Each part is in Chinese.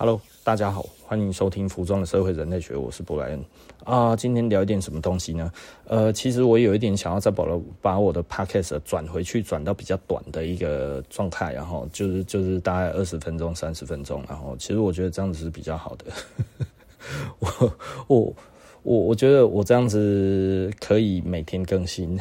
Hello， 大家好，欢迎收听服装的社会人类学，我是布莱恩今天聊一点什么东西呢？其实我有一点想要再把我的 podcast 转回去，转到比较短的一个状态，然后就是大概20分钟、30分钟，然后其实我觉得这样子是比较好的。我觉得我这样子可以每天更新。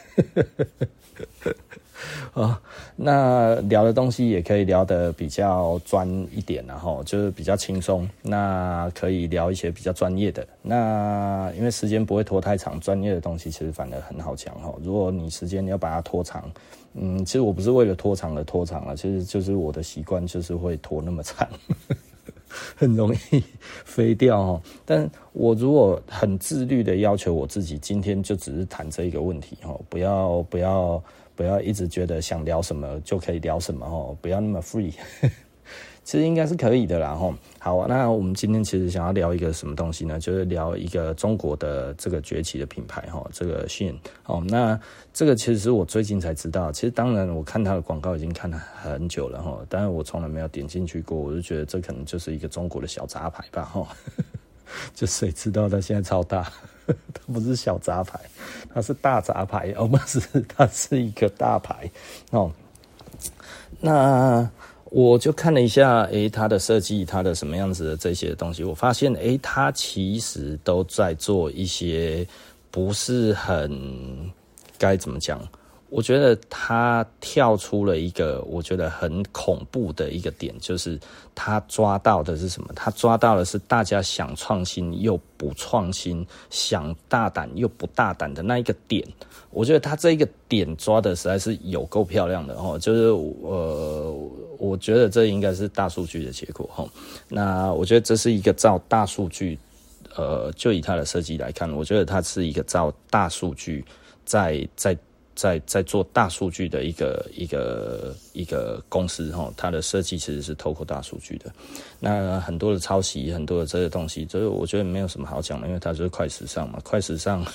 那聊的东西也可以聊得比较专一点，然后就是比较轻松。那可以聊一些比较专业的。那因为时间不会拖太长，专业的东西其实反而很好讲哈。如果你时间要把它拖长，其实我不是为了拖长而拖长了，其实就是我的习惯就是会拖那么长。很容易飞掉哦。但我如果很自律的要求我自己，今天就只是谈这一个问题哦，不要一直觉得想聊什么就可以聊什么哦，不要那么 free。其实应该是可以的啦齁。好，那我们今天其实想要聊一个什么东西呢？就是聊一个中国的这个崛起的品牌齁，这个 Shein。那这个其实是我最近才知道，其实当然我看它的广告已经看了很久了齁，但是我从来没有点进去过，我就觉得这可能就是一个中国的小杂牌吧齁。就谁知道它现在超大，它不是小杂牌，它是大杂牌不是，它是一个大牌哦。那我就看了一下，它的设计，它的什么样子的这些东西，我发现，它其实都在做一些不是很该怎么讲。我觉得他跳出了一个我觉得很恐怖的一个点，就是他抓到的是什么？他抓到的是大家想创新又不创新，想大胆又不大胆的那一个点。我觉得他这一个点抓的实在是有够漂亮的齁，就是我觉得这应该是大数据的结果齁。那我觉得这是一个照大数据，就以它的设计来看，我觉得它是一个照大数据在做大数据的一个公司齁，它的设计其实是透过大数据的。那很多的抄袭，很多的这些东西，所以我觉得没有什么好讲的，因为它就是快时尚嘛，快时尚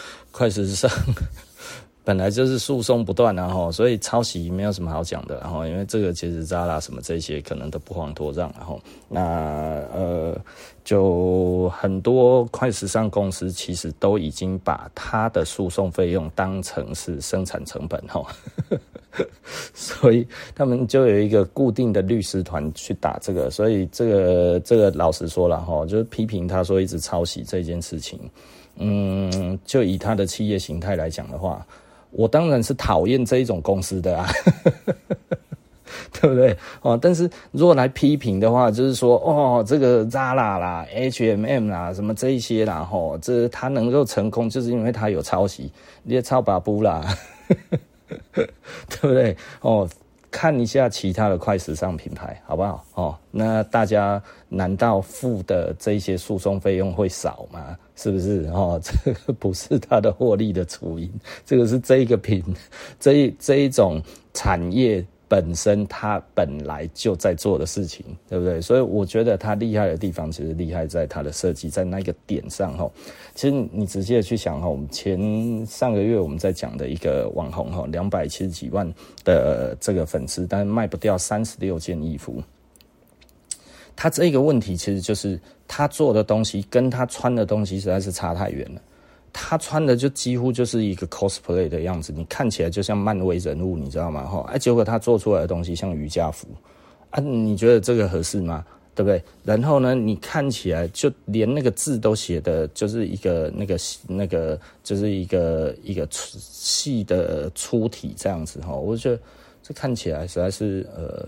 本来就是诉讼不断，然后所以抄袭没有什么好讲的，然后因为这个其实Zara什么这些可能都不遑多让，然后就很多快时尚公司其实都已经把它的诉讼费用当成是生产成本齁。所以他们就有一个固定的律师团去打这个，所以这个老实说啦齁，就是批评他说一直抄袭这件事情，就以他的企业形态来讲的话，我当然是讨厌这一种公司的啊。对不对？但是如果来批评的话，就是说这个 Zara 啦、H&M 啦，什么这一些啦，这他能够成功，就是因为他有抄袭，你也抄把布啦，对不对？看一下其他的快时尚品牌，好不好？那大家难道付的这些诉讼费用会少吗？是不是？这个不是它的获利的主因，这个是这一种产业本身它本来就在做的事情，对不对？所以我觉得它厉害的地方其实厉害在它的设计，在那个点上其实你仔细的去想我们上个月我们在讲的一个网红270几万的这个粉丝，但是卖不掉36件衣服。他这个问题其实就是他做的东西跟他穿的东西实在是差太远了。他穿的就几乎就是一个 cosplay 的样子，你看起来就像漫威人物，你知道吗？结果他做出来的东西像瑜伽服你觉得这个合适吗？对不对？然后呢，你看起来就连那个字都写的就是一个那个就是一个细的粗体这样子我觉得这看起来实在是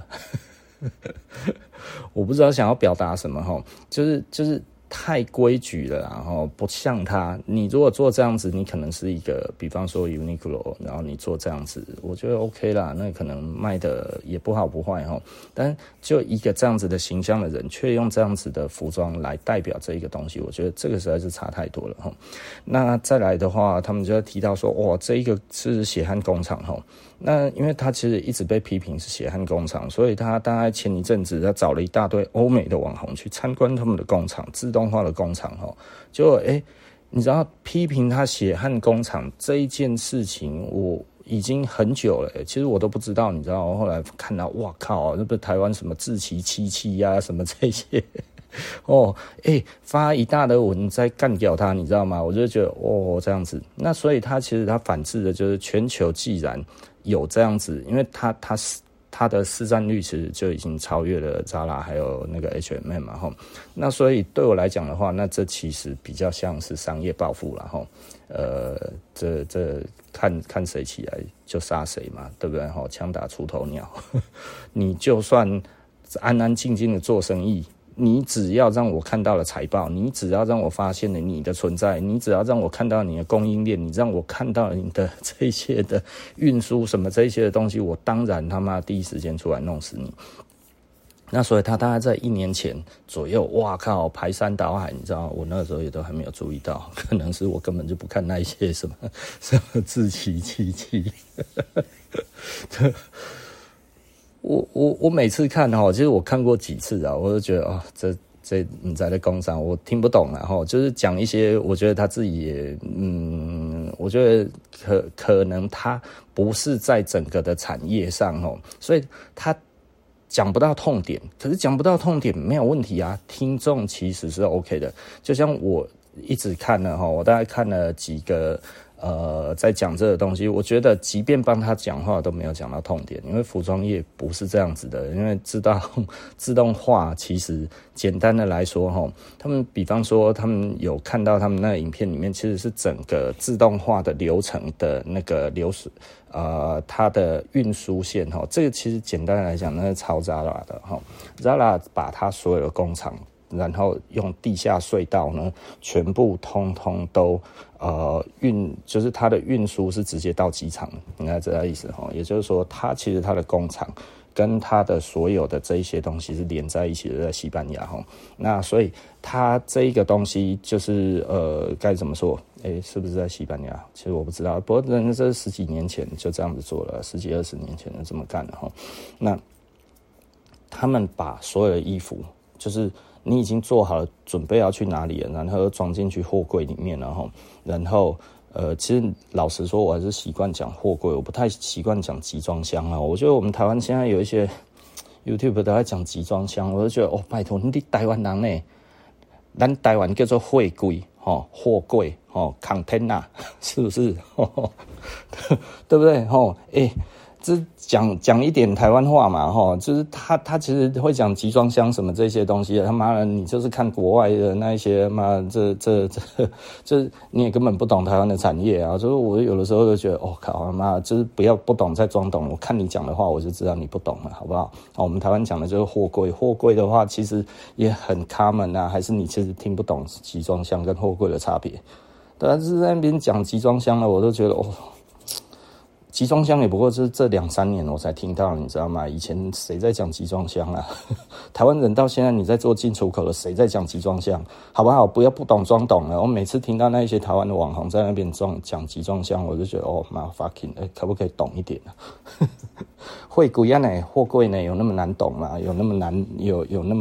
我不知道想要表达什么就是太规矩了啦不像他。你如果做这样子，你可能是一个比方说 Uniqlo， 然后你做这样子我觉得 OK 啦，那可能卖的也不好不坏但就一个这样子的形象的人却用这样子的服装来代表这一个东西，我觉得这个实在是差太多了那再来的话，他们就提到说这一个是血汗工厂那因为他其实一直被批评是血汗工厂，所以他大概前一阵子他找了一大堆欧美的网红去参观他们的工厂，自动化的工厂就你知道批评他血汗工厂这一件事情， 已经很久了，其实我都不知道，你知道，我后来看到，哇靠，那不是台湾什么志祺七七呀，什么这些，发一大的文在干掉他，你知道吗？我就觉得，这样子，那所以他其实他反制的就是全球既然有这样子，因为他的市占率其实就已经超越了 Zara 还有那个 H&M 嘛，吼，那所以对我来讲的话，那这其实比较像是商业报复啦，吼，这看谁起来就杀谁嘛，对不对？吼，枪打出头鸟，你就算安安静静的做生意，你只要让我看到了财报，你只要让我发现了你的存在，你只要让我看到你的供应链，你让我看到了你的这些的运输什么这些的东西，我当然他妈第一时间出来弄死你。那所以他大概在1年前左右，哇靠，排山倒海，你知道，我那个时候也都还没有注意到，可能是我根本就不看那一些什么志祺七七。我每次看其实我看过几次啊，我就觉得这你在工商我听不懂啊，就是讲一些我觉得他自己也我觉得可能他不是在整个的产业上所以他讲不到痛点，可是讲不到痛点没有问题啊，听众其实是 OK 的。就像我一直看了我大概看了几个在讲这个东西，我觉得即便帮他讲话都没有讲到痛点，因为服装业不是这样子的，因为自动化其实简单的来说他们比方说他们有看到他们那个影片里面其实是整个自动化的流程的那个流水它的运输线这个其实简单来讲那是抄 Zara 的Zara 把它所有的工厂然后用地下隧道呢，全部通通都就是它的运输是直接到机场的，你看这个意思也就是说，它其实它的工厂跟它的所有的这一些东西是连在一起的，在西班牙那所以它这一个东西就是该怎么说？是不是在西班牙？其实我不知道，不过这10几年前就这样子做了，10几20年前就这么干了那他们把所有的衣服就是你已经做好了准备要去哪里了，然后装进去货柜里面了然后其实老实说我还是习惯讲货柜，我不太习惯讲集装箱啊。我觉得我们台湾现在有一些 YouTube 都在讲集装箱，我就觉得拜托你台湾人呢，咱台湾叫做货柜货柜container 是不是对不对这讲一点台湾话嘛就是他其实会讲集装箱什么这些东西，他妈的你就是看国外的那一些这你也根本不懂台湾的产业啊，所以我有的时候就觉得靠他妈就是不懂再装懂，我看你讲的话我就知道你不懂了，好不好？我们台湾讲的就是货柜的话其实也很 common 啊，还是你其实听不懂集装箱跟货柜的差别？但是在那边讲集装箱的我都觉得集装箱也不过是这2-3年我才听到，你知道吗？以前谁在讲集装箱啊？台湾人到现在你在做进出口了，谁在讲集装箱？好不好？不要不懂装懂了。我每次听到那一些台湾的网红在那边讲集装箱，我就觉得妈 fucking， 可不可以懂一点啊？会贵啊呢？货柜呢？有那么难懂吗？有那么难？有那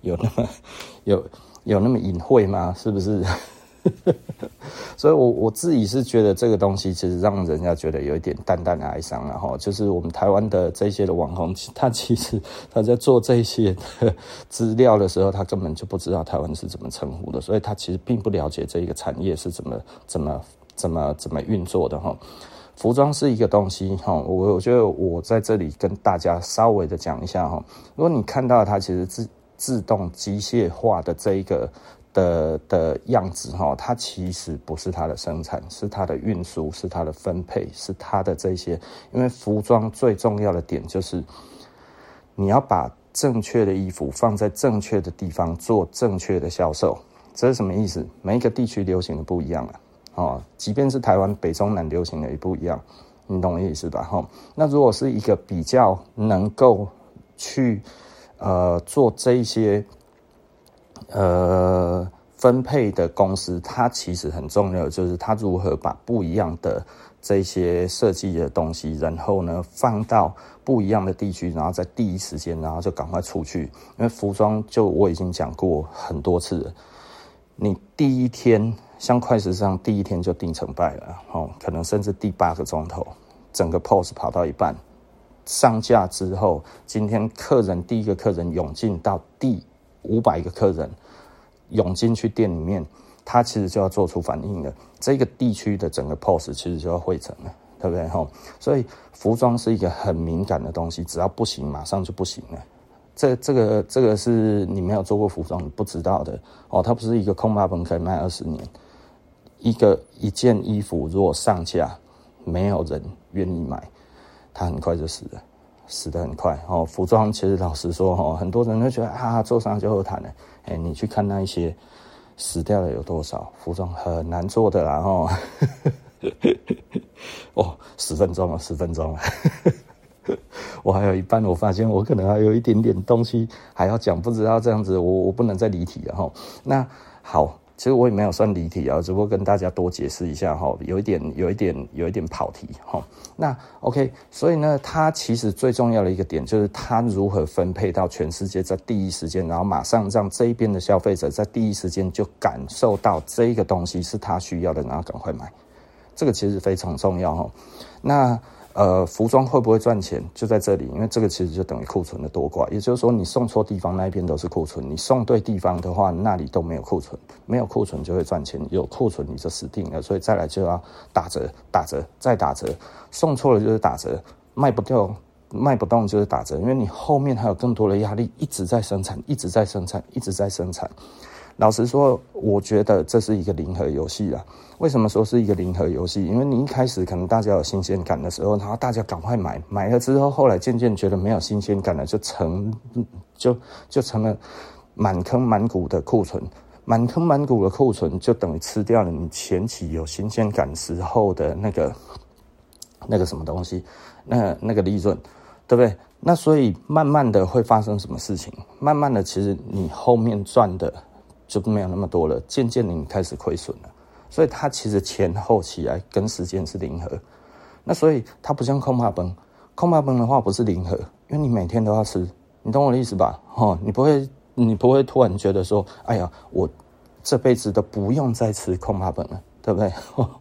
么隐晦吗？是不是？所以我自己是觉得这个东西其实让人家觉得有一点淡淡的哀伤就是我们台湾的这些的网红，其实他在做这些的资料的时候，他根本就不知道台湾是怎么称呼的，所以他其实并不了解这个产业是怎么运作的服装是一个东西我觉得我在这里跟大家稍微的讲一下如果你看到它其实自动机械化的这一个的样子它其实不是它的生产，是它的运输，是它的分配，是它的这些。因为服装最重要的点就是你要把正确的衣服放在正确的地方做正确的销售。这是什么意思？每一个地区流行的不一样即便是台湾北中南流行的也不一样，你懂我意思吧那如果是一个比较能够去做这一些分配的公司，它其实很重要的就是它如何把不一样的这些设计的东西，然后呢放到不一样的地区，然后在第一时间然后就赶快出去。因为服装就我已经讲过很多次了，你第一天像快时尚第一天就定成败了可能甚至第8个钟头整个 POS 跑到一半，上架之后，今天第一个客人涌进到第500个客人涌进去店里面，他其实就要做出反应了。这个地区的整个 POS 其实就要汇成了，对不对？所以服装是一个很敏感的东西，只要不行，马上就不行了。这个是你没有做过服装，你不知道的哦。它不是一个空巴本可以卖20年，一件衣服如果上架，没有人愿意买，它很快就死了，死得很快哦。服装其实老实说哦，很多人都觉得做上就好谈了，你去看那一些死掉的有多少？服装很难做的啦哦。哦，10分钟了。我还有一半，我发现我可能还有一点点东西还要讲，不知道这样子我不能再离题了齁。那好，其实我也没有算离题啊，只不过跟大家多解释一下齁，有一点跑题齁。那 OK， 所以呢，它其实最重要的一个点就是它如何分配到全世界，在第一时间，然后马上让这一边的消费者在第一时间就感受到这一个东西是他需要的，然后赶快买。这个其实非常重要齁。那服装会不会赚钱就在这里，因为这个其实就等于库存的多寡，也就是说你送错地方那一边都是库存，你送对地方的话那里都没有库存，没有库存就会赚钱，有库存你就死定了，所以再来就要打折再打折，送错了就是打折，卖不动就是打折，因为你后面还有更多的压力一直在生产。老实说，我觉得这是一个零和游戏啦。为什么说是一个零和游戏？因为你一开始可能大家有新鲜感的时候，然后大家赶快买了之后，后来渐渐觉得没有新鲜感了，就成了满坑满谷的库存。满坑满谷的库存就等于吃掉了你前期有新鲜感时候的那个什么东西，那个利润，对不对？那所以慢慢的会发生什么事情？慢慢的，其实你后面赚的就没有那么多了，渐渐你开始亏损了，所以它其实前后起来跟时间是零和。那所以它不像空巴崩的话不是零和，因为你每天都要吃，你懂我的意思吧？你不会突然觉得说，哎呀，我这辈子都不用再吃空巴崩了，对不对？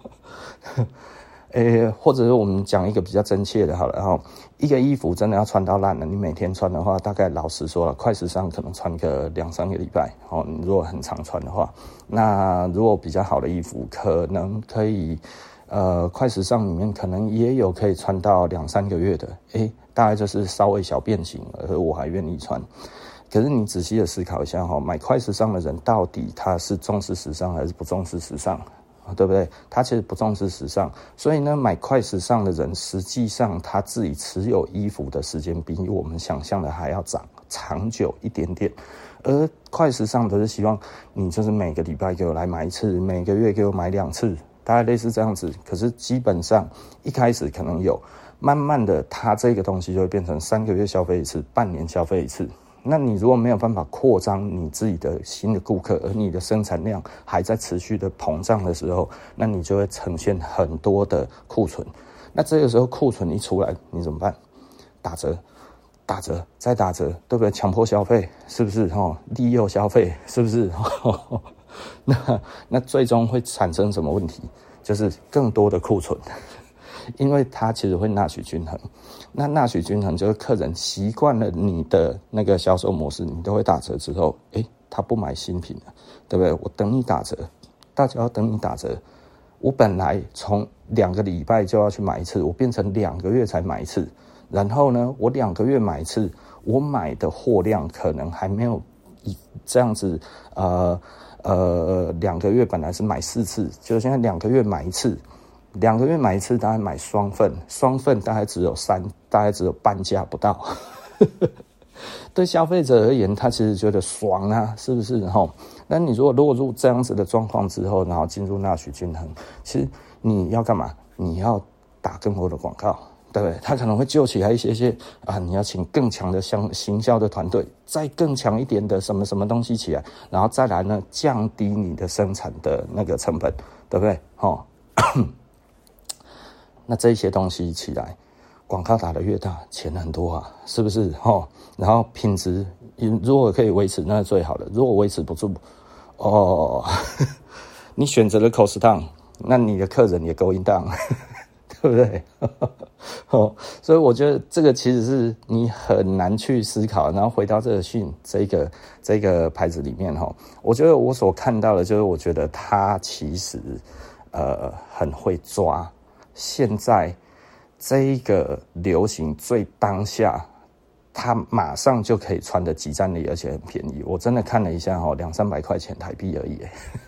或者是我们讲一个比较真切的好了，一个衣服真的要穿到烂了，你每天穿的话，大概老实说了，快时尚可能穿个2-3个礼拜，你如果很常穿的话，那如果比较好的衣服，可能可以，快时尚里面可能也有可以穿到2-3个月的，大概就是稍微小变形，而我还愿意穿。可是你仔细的思考一下买快时尚的人到底他是重视时尚还是不重视时尚？对不对？他其实不重视时尚，所以呢，买快时尚的人，实际上他自己持有衣服的时间比我们想象的还要长久一点点。而快时尚都是希望你就是每个礼拜给我来买一次，每个月给我买2次，大概类似这样子。可是基本上一开始可能有，慢慢的，他这个东西就会变成3个月消费一次，半年消费一次。那你如果没有办法扩张你自己的新的顾客，而你的生产量还在持续的膨胀的时候，那你就会呈现很多的库存。那这个时候库存一出来，你怎么办？打折再打折，对不对？强迫消费是不是？利诱消费是不是？那最终会产生什么问题？就是更多的库存。因为它其实会纳许均衡，那纳许均衡就是客人习惯了你的那个销售模式，你都会打折之后，他不买新品了，对不对？我等你打折，大家要等你打折。我本来从2个礼拜就要去买一次，我变成2个月才买一次，然后呢，我2个月买一次，我买的货量可能还没有这样子，2个月本来是买4次，就现在2个月买一次。2个月买一次，大概买双份大概只有半价不到。对消费者而言，他其实觉得爽啊，是不是？那你如果落入这样子的状况之后，然后进入纳许均衡，其实你要干嘛？你要打更多的广告，对不对？他可能会救起来一些你要请更强的行销的团队，再更强一点的什么什么东西起来，然后再来呢，降低你的生产的那个成本，对不对？那这些东西起来，广告打得越大，钱很多啊，是不是？然后品质如果可以维持，那是最好的。如果维持不住，你选择了 cost down，那你的客人也 going down，对对不对？所以我觉得这个其实是你很难去思考。然后回到这个牌子里面我觉得我所看到的就是我觉得它其实很会抓现在这一个流行最当下，它马上就可以穿的即战力，而且很便宜。我真的看了一下200-300块钱台币而已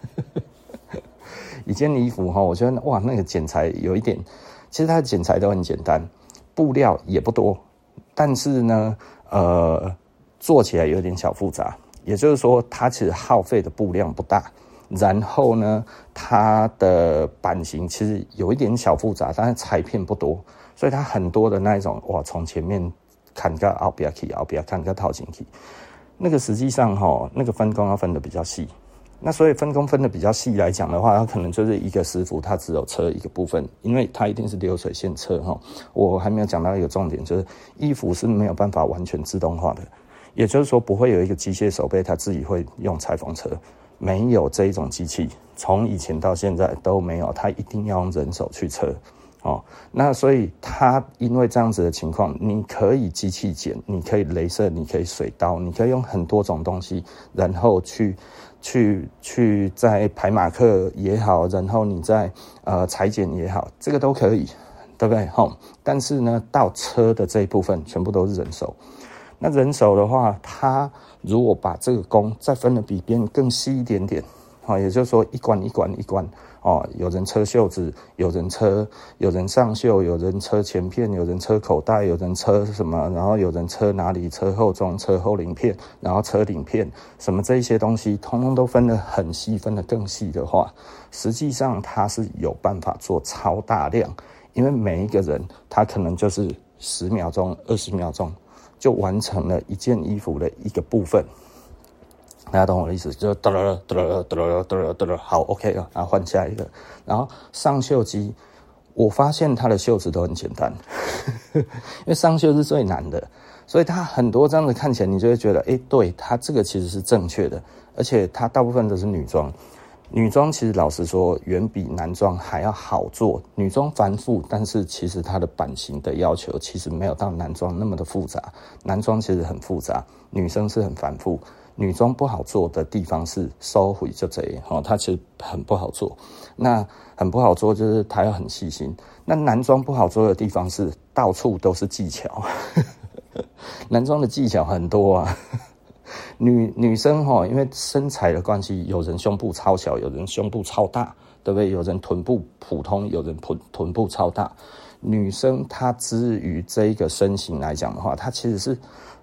一件衣服我觉得哇，那个剪裁有一点，其实它的剪裁都很简单，布料也不多，但是呢做起来有点小复杂，也就是说它其实耗费的布量不大，然后呢它的版型其实有一点小复杂，但是裁片不多，所以它很多的那一种哇，从前面看个后边去，后边看个套进去，那个实际上那个分工要分得比较细。那所以分工分得比较细来讲的话，它可能就是一个师傅他只有车一个部分，因为它一定是流水线车我还没有讲到一个重点，就是衣服是没有办法完全自动化的，也就是说不会有一个机械手背他自己会用裁缝车，没有这一种机器，从以前到现在都没有，他一定要用人手去车那所以他因为这样子的情况，你可以机器剪，你可以雷射，你可以水刀，你可以用很多种东西，然后去在排马克也好，然后你在裁剪也好，这个都可以，对不对但是呢到车的这一部分全部都是人手。那人手的话，他如果把这个工再分得比别人更细一点点也就是说一关一关一关有人车袖子，有人上袖，有人车前片，有人车口袋，有人车什么，然后有人车哪里，车后中，车后鳞片，然后车顶片，什么这一些东西通通都分得很细，分得更细的话，实际上它是有办法做超大量，因为每一个人他可能就是10秒钟20秒钟就完成了一件衣服的一个部分。大家懂我的意思，就好 OK 了，然后换下一个。然后上袖机，我发现它的袖子都很简单因为上袖是最难的，所以它很多这样子看起来你就会觉得对，它这个其实是正确的，而且它大部分都是女装。女装其实老实说远比男装还要好做，女装繁复，但是其实它的版型的要求其实没有到男装那么的复杂，男装其实很复杂，女生是很繁复。女装不好做的地方是收回就这样它其实很不好做。那很不好做就是它要很细心。那男装不好做的地方是到处都是技巧男装的技巧很多啊女生因为身材的关系，有人胸部超小，有人胸部超大，对不对？有人臀部普通，有人臀部超大。女生她至于这一个身形来讲的话，她其实是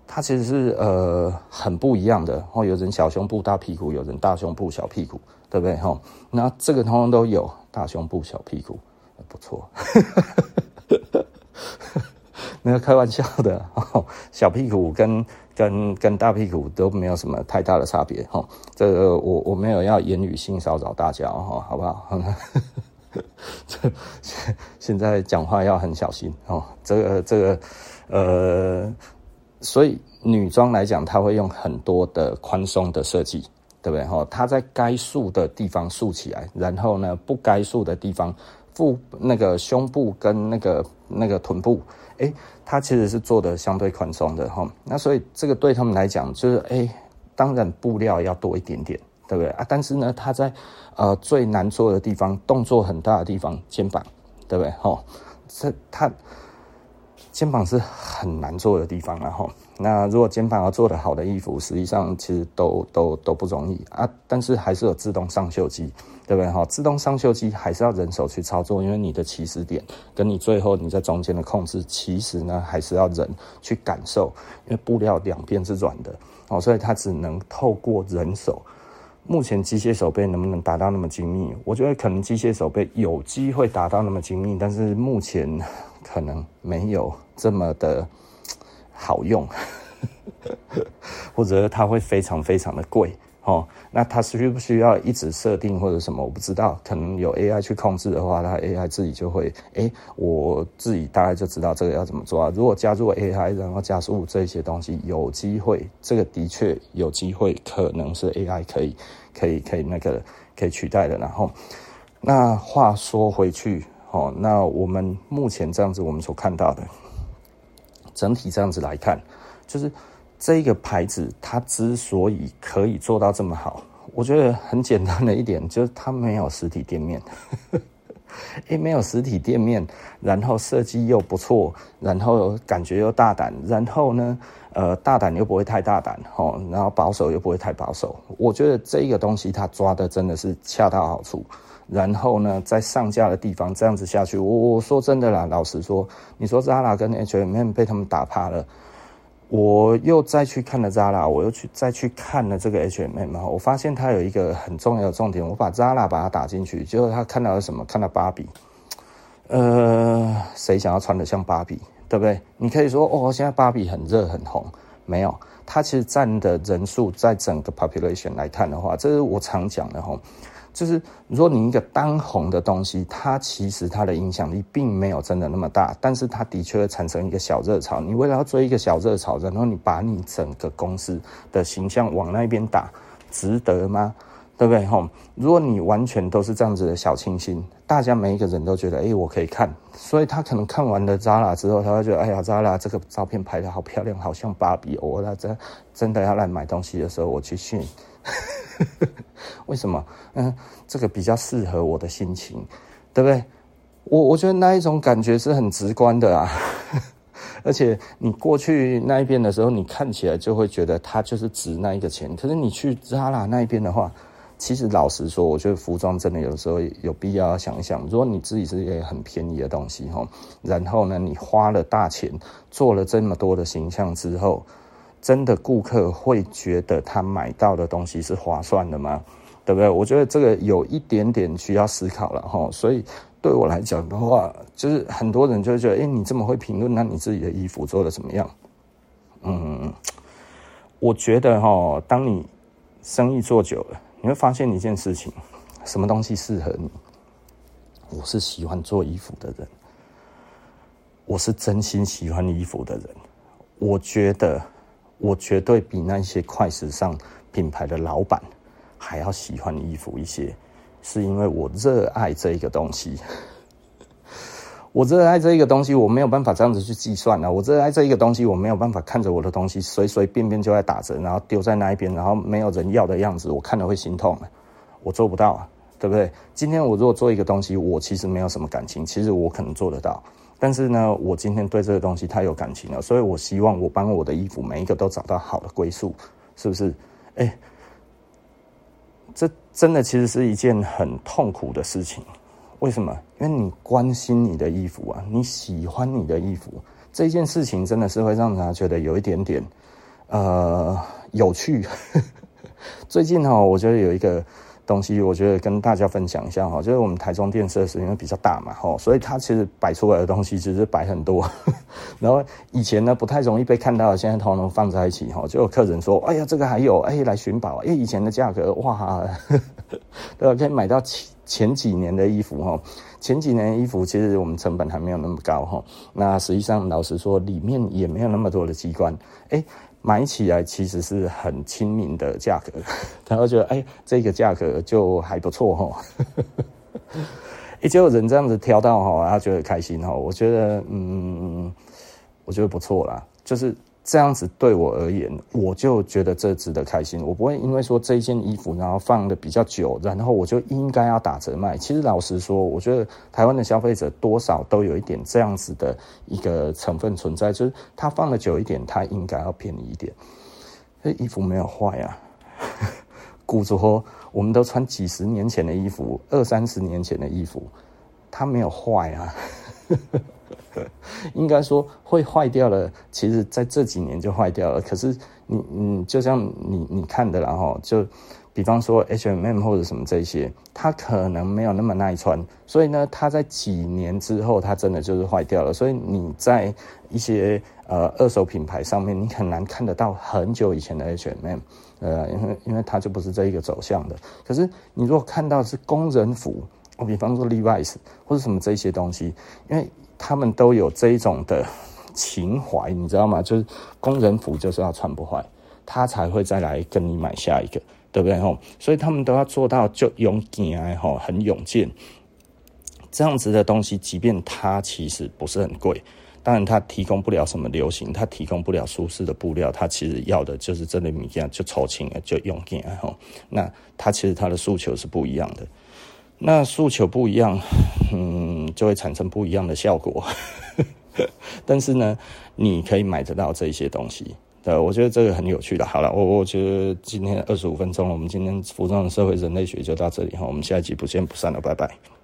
很不一样的有人小胸部大屁股，有人大胸部小屁股，对不对那这个通通都有，大胸部小屁股不错没有开玩笑的小屁股跟大屁股都没有什么太大的差别这个我没有要言语性骚扰大家好不好现在讲话要很小心这个所以女装来讲，它会用很多的宽松的设计，对不对它在该束的地方束起来，然后呢不该束的地方那个胸部跟那个臀部它其实是做的相对宽松的那所以这个对他们来讲就是当然布料要多一点点，对不对但是呢它在最难做的地方，动作很大的地方，肩膀，对不对它肩膀是很难做的地方那如果肩膀要做得好的衣服，实际上其实都不容易但是还是有自动上袖机，对不对自动上袖机还是要人手去操作，因为你的起始点跟你最后你在中间的控制，其实呢还是要人去感受，因为布料两边是软的所以它只能透过人手。目前机械手背能不能达到那么精密？我觉得可能机械手背有机会达到那么精密，但是目前可能没有这么的好用或者它会非常非常的贵那它需不需要一直设定或者什么我不知道，可能有 AI 去控制的话，它 AI 自己就会我自己大概就知道这个要怎么做如果加入 AI 然后加速这些东西，有机会，这个的确有机会可能是 AI 可以取代的。然后那话说回去那我们目前这样子我们所看到的整体这样子来看，就是这个牌子它之所以可以做到这么好，我觉得很简单的一点就是它没有实体店面没有实体店面，然后设计又不错，然后感觉又大胆，然后呢大胆又不会太大胆然后保守又不会太保守，我觉得这个东西它抓的真的是恰到好处。然后呢，在上架的地方这样子下去，我说真的啦，老实说，你说 Zara 跟 H&M 被他们打趴了，我又再去看了 Zara， 我又再去看了这个 H&M， 我发现它有一个很重要的重点，我把 Zara 把它打进去，结果他看到了什么？看到芭比，谁想要穿得像芭比，对不对？你可以说现在芭比很热很红，没有，它其实占的人数在整个 population 来看的话，这是我常讲的就是如果你一个当红的东西，它其实它的影响力并没有真的那么大，但是它的确会产生一个小热潮。你为了要追一个小热潮，然后你把你整个公司的形象往那边打，值得吗？对不对？如果你完全都是这样子的小清新，大家每一个人都觉得我可以看，所以他可能看完了 Zara 之后，他会觉得Zara 这个照片拍得好漂亮，好像芭比，我真的要来买东西的时候，我去训为什么？这个比较适合我的心情，对不对？我觉得那一种感觉是很直观的啊，而且你过去那一边的时候，你看起来就会觉得它就是值那一个钱。可是你去 Zara 那一边的话，其实老实说，我觉得服装真的有时候有必要想一想，如果你自己是一个很便宜的东西然后呢，你花了大钱做了这么多的形象之后，真的顾客会觉得他买到的东西是划算的吗？对不对？我觉得这个有一点点需要思考了所以对我来讲的话，就是很多人就会觉得你这么会评论，那你自己的衣服做得怎么样？我觉得当你生意做久了，你会发现一件事情，什么东西适合你。我是喜欢做衣服的人，我是真心喜欢衣服的人，我觉得我绝对比那些快时尚品牌的老板还要喜欢衣服一些，是因为我热爱这一个东西。我热爱这一个东西，我没有办法这样子去计算我热爱这一个东西，我没有办法看着我的东西随随便便就在打折，然后丢在那一边，然后没有人要的样子，我看了会心痛我做不到对不对？今天我如果做一个东西，我其实没有什么感情，其实我可能做得到，但是呢，我今天对这个东西太有感情了，所以我希望我帮我的衣服每一个都找到好的归宿，是不是？这真的其实是一件很痛苦的事情。为什么？因为你关心你的衣服你喜欢你的衣服，这件事情真的是会让人觉得有一点点有趣。最近我觉得有一个东西，我觉得跟大家分享一下就是我们台中店设施因为比较大嘛所以它其实摆出来的东西其实摆很多，然后以前呢不太容易被看到，现在通通放在一起就有客人说这个还有来寻宝以前的价格哇对吧，可以买到前几年的衣服前几年的衣服其实我们成本还没有那么高那实际上老实说里面也没有那么多的机关买起来其实是很亲民的价格，他会觉得这个价格就还不错结果人这样子挑到他觉得开心我觉得我觉得不错啦，就是这样子对我而言，我就觉得这值得开心。我不会因为说这一件衣服然后放的比较久，然后我就应该要打折卖。其实老实说，我觉得台湾的消费者多少都有一点这样子的一个成分存在，就是他放的久一点，他应该要便宜一点。这衣服没有坏古着我们都穿几十年前的衣服，20-30年前的衣服，它没有坏应该说会坏掉了，其实在这几年就坏掉了。可是你就像你看的啦就比方说 H&M 或者什么这些，它可能没有那么耐穿，所以呢，它在几年之后，它真的就是坏掉了。所以你在一些二手品牌上面，你很难看得到很久以前的 H&M，因为它就不是这一个走向的。可是你如果看到的是工人服，比方说 Levi's 或者什么这些东西，因为他们都有这一种的情怀，你知道吗？就是工人服就是要穿不坏，他才会再来跟你买下一个，对不对？所以他们都要做到就勇敢很勇健。 这样子的东西，即便它其实不是很贵，当然它提供不了什么流行，它提供不了舒适的布料，它其实要的就是这类物件就抽清了，就用起来吼。那它其实它的诉求是不一样的，那诉求不一样，就会产生不一样的效果。但是呢，你可以买得到这些东西。对，我觉得这个很有趣的。好了，我觉得今天25分钟了，我们今天服装的社会人类学就到这里哈，我们下一集不见不散了，拜拜。